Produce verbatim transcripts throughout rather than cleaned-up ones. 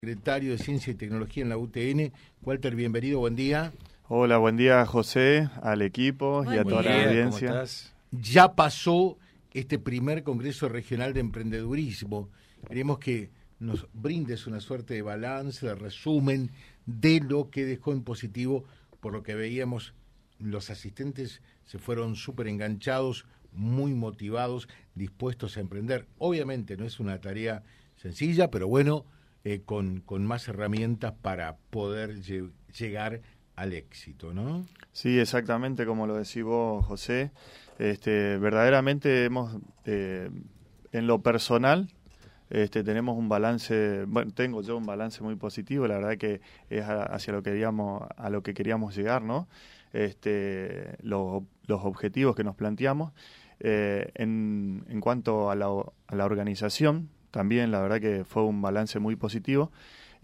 Secretario de Ciencia y Tecnología en la U T N. Walter, bienvenido, buen día. Hola, buen día, José, al equipo Buen y a día. toda la audiencia. ¿Cómo estás? Ya pasó este primer Congreso Regional de Emprendedurismo. Queremos que nos brindes una suerte de balance, de resumen de lo que dejó en positivo. Por lo que veíamos, los asistentes se fueron súper enganchados, muy motivados, dispuestos a emprender. Obviamente no es una tarea sencilla, pero bueno, eh, con, con más herramientas para poder lle- llegar al éxito, ¿no? Sí, exactamente como lo decís vos, José. Este, verdaderamente hemos, eh, en lo personal, este, tenemos un balance, bueno, tengo yo un balance muy positivo, la verdad que es a- hacia lo que queríamos, a lo que queríamos llegar, ¿no? Este, los, los objetivos que nos planteamos. Eh, en, en cuanto a la, a la organización, también la verdad que fue un balance muy positivo.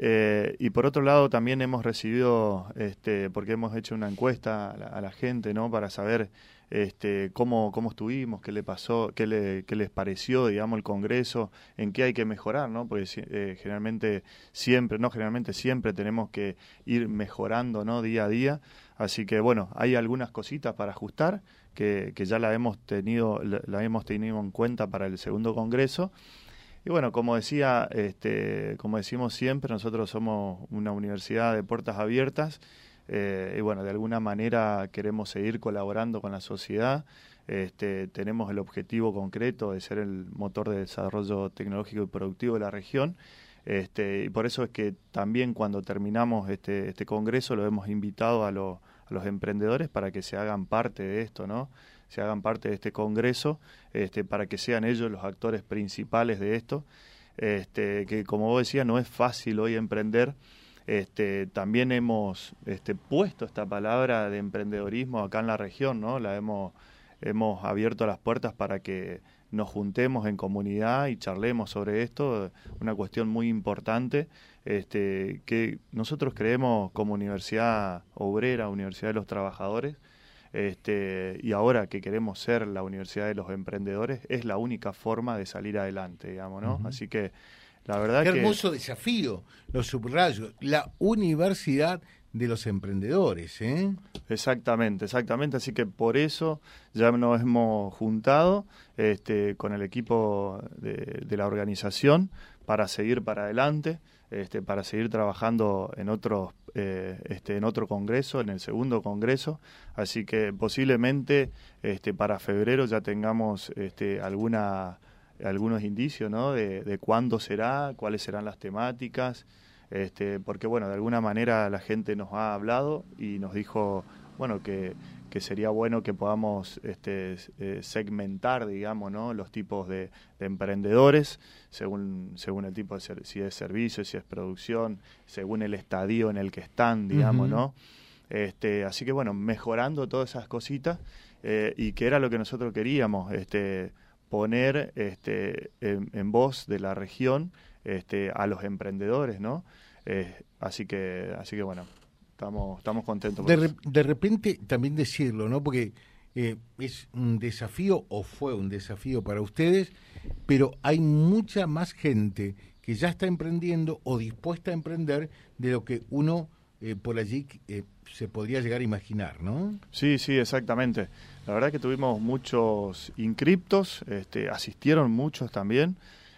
Eh, y por otro lado también hemos recibido, este, porque hemos hecho una encuesta a la, a la gente, ¿no? Para saber este, cómo, cómo estuvimos, qué le pasó, qué, le, qué les pareció, digamos, el Congreso, en qué hay que mejorar, ¿no? Porque eh, generalmente siempre, no generalmente siempre tenemos que ir mejorando, ¿no? Día a día. Así que bueno, hay algunas cositas para ajustar que, que ya la hemos tenido, la, la hemos tenido en cuenta para el segundo Congreso. Y bueno, como decía, este, como decimos siempre, nosotros somos una universidad de puertas abiertas eh, y bueno, de alguna manera queremos seguir colaborando con la sociedad. Este, tenemos el objetivo concreto de ser el motor de desarrollo tecnológico y productivo de la región. Este, y por eso es que también cuando terminamos este, este congreso lo hemos invitado a, lo, a los emprendedores para que se hagan parte de esto, ¿no? Se hagan parte de este congreso, este, para que sean ellos los actores principales de esto, este, que como vos decías no es fácil hoy emprender. Este, también hemos este, puesto esta palabra de emprendedorismo acá en la región, ¿no? La hemos, hemos abierto las puertas para que nos juntemos en comunidad y charlemos sobre esto, una cuestión muy importante, este, que nosotros creemos como Universidad Obrera, Universidad de los Trabajadores. Este, y ahora que queremos ser la universidad de los emprendedores, es la única forma de salir adelante, digamos, ¿no? Uh-huh. Así que la verdad Qué que... hermoso desafío, los subrayos, la universidad de los emprendedores, ¿eh? Exactamente, exactamente, así que por eso ya nos hemos juntado este, con el equipo de, de la organización para seguir para adelante, este, para seguir trabajando en otros, eh, este, en otro congreso, en el segundo congreso, así que posiblemente este, para febrero ya tengamos este, alguna, algunos indicios, ¿no? de, de cuándo será, cuáles serán las temáticas. Este, porque bueno, de alguna manera la gente nos ha hablado y nos dijo, bueno, que, que sería bueno que podamos este, eh, segmentar, digamos, ¿no? Los tipos de, de emprendedores, según, según el tipo de ser, si es servicio, si es producción, según el estadio en el que están, digamos, uh-huh. ¿no? Este, así que bueno, mejorando todas esas cositas, eh, y que era lo que nosotros queríamos, este, poner este, en, en voz de la región este, a los emprendedores, ¿no? Eh, así que, así que bueno, estamos, estamos contentos. De, re, de repente también decirlo, ¿no? Porque eh, es un desafío o fue un desafío para ustedes, pero hay mucha más gente que ya está emprendiendo o dispuesta a emprender de lo que uno eh, por allí eh, se podría llegar a imaginar, ¿no? Sí, sí, exactamente. La verdad que tuvimos muchos inscriptos, este, asistieron muchos también.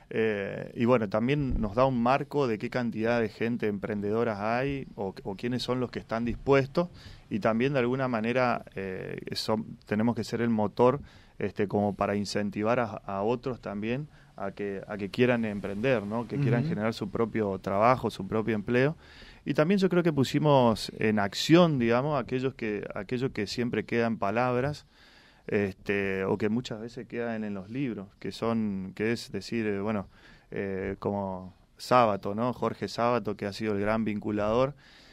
Eh, y bueno, también nos da un marco de qué cantidad de gente emprendedora hay o, o quiénes son los que están dispuestos, y también de alguna manera eh, son, tenemos que ser el motor este, como para incentivar a, a otros también a que, a que quieran emprender, ¿no? Que uh-huh. quieran generar su propio trabajo, su propio empleo. Y también yo creo que pusimos en acción, digamos, aquellos que, aquellos que siempre quedan palabras, Este, o que muchas veces quedan en los libros, que son, que es decir, eh, bueno, eh, como Sábato, ¿no? Jorge Sábato, que ha sido el gran vinculador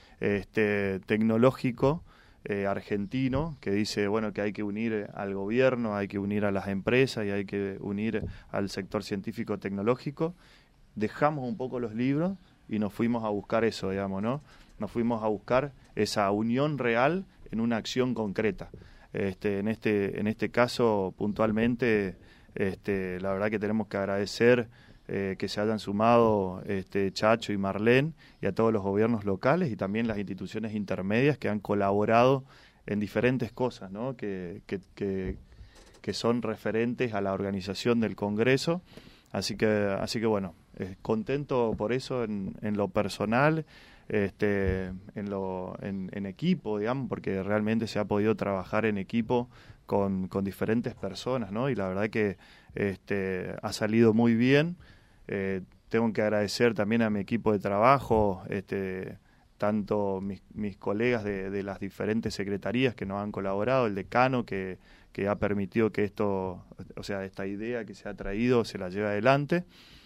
este, tecnológico eh, argentino, que dice, bueno, que hay que unir al gobierno, hay que unir a las empresas y hay que unir al sector científico tecnológico. Dejamos un poco los libros y nos fuimos a buscar eso, digamos, ¿no? Nos fuimos a buscar esa unión real en una acción concreta. Este, en este en este caso puntualmente este, la verdad que tenemos que agradecer eh, que se hayan sumado este, Chacho y Marlene, y a todos los gobiernos locales y también las instituciones intermedias que han colaborado en diferentes cosas, ¿no? que, que, que, que son referentes a la organización del Congreso. Así que, así que bueno, eh, contento por eso en, en lo personal, este, en, lo, en, en equipo, digamos, porque realmente se ha podido trabajar en equipo con, con diferentes personas, ¿no? Y la verdad que este, ha salido muy bien. Eh, tengo que agradecer también a mi equipo de trabajo, este, tanto mis, mis colegas de, de las diferentes secretarías que nos han colaborado, el decano que, que ha permitido que esto, o sea, esta idea que se ha traído se la lleve adelante,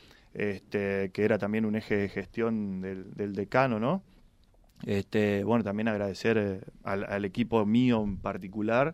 este, que era también un eje de gestión del, del decano, ¿no? Este, bueno, también agradecer eh, al, al equipo mío en particular,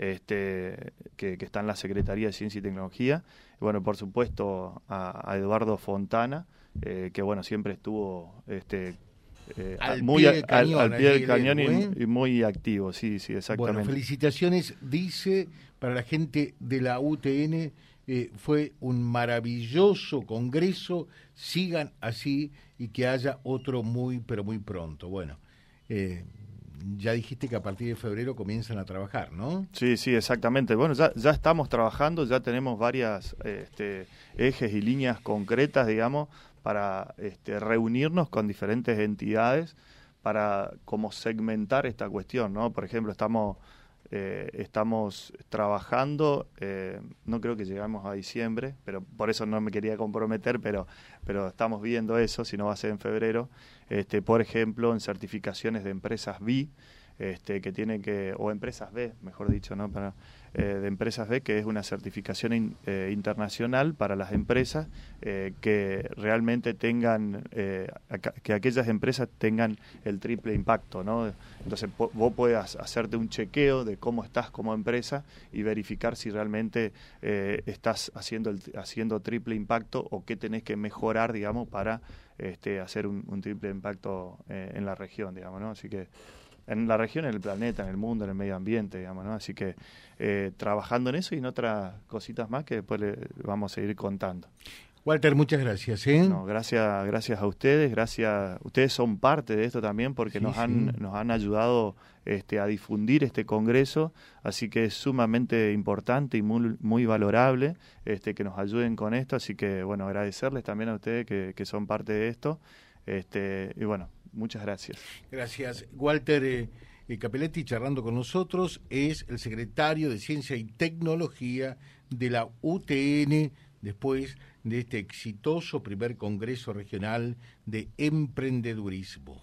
este, que, que está en la Secretaría de Ciencia y Tecnología, y bueno, por supuesto a, a Eduardo Fontana, eh, que bueno, siempre estuvo este, eh, al muy pie del cañón, al, al pie del cañón Edu, y, ¿eh? y muy activo, sí, sí, exactamente. Bueno, felicitaciones, dice, para la gente de la U T N, eh, fue un maravilloso congreso, sigan así y que haya otro muy, pero muy pronto. Bueno, eh, ya dijiste que a partir de febrero comienzan a trabajar, ¿no? Sí, sí, exactamente. Bueno, ya, ya estamos trabajando, ya tenemos varias este, ejes y líneas concretas, digamos, para este, reunirnos con diferentes entidades para como segmentar esta cuestión, ¿no? Por ejemplo, estamos eh, estamos trabajando, eh, no creo que llegamos a diciembre, pero por eso no me quería comprometer, pero pero estamos viendo eso, si no va a ser en febrero, este, por ejemplo, en certificaciones de empresas B I, este, que tienen que, o empresas B, mejor dicho, ¿no? Para, eh, de empresas B, que es una certificación in, eh, internacional para las empresas eh, que realmente tengan, eh, que aquellas empresas tengan el triple impacto, ¿no? Entonces vos puedas hacerte un chequeo de cómo estás como empresa y verificar si realmente eh, estás haciendo, el, haciendo triple impacto o qué tenés que mejorar, digamos, para este, hacer un, un triple impacto eh, en la región, digamos, ¿no? Así que en la región, en el planeta, en el mundo, en el medio ambiente, digamos, ¿no? Así que eh, trabajando en eso y en otras cositas más que después le vamos a seguir contando. Walter, muchas gracias. ¿eh? No, gracias, gracias a ustedes, gracias. Ustedes son parte de esto también porque sí, nos han, sí. nos han ayudado este, a difundir este congreso, así que es sumamente importante y muy, muy valorable este, que nos ayuden con esto, así que bueno, agradecerles también a ustedes que, que son parte de esto, este, y bueno. Muchas gracias. Gracias. Walter eh, Capelletti, charlando con nosotros, es el secretario de Ciencia y Tecnología de la U T N, después de este exitoso primer Congreso Regional de Emprendedurismo.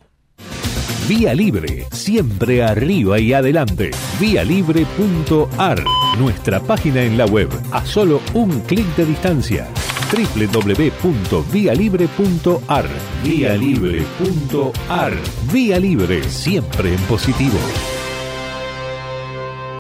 Vía Libre, siempre arriba y adelante. vía libre punto a r, nuestra página en la web, a solo un clic de distancia. doble u doble u doble u punto vía libre punto a r. vía libre punto a r. Vía Libre, siempre en positivo.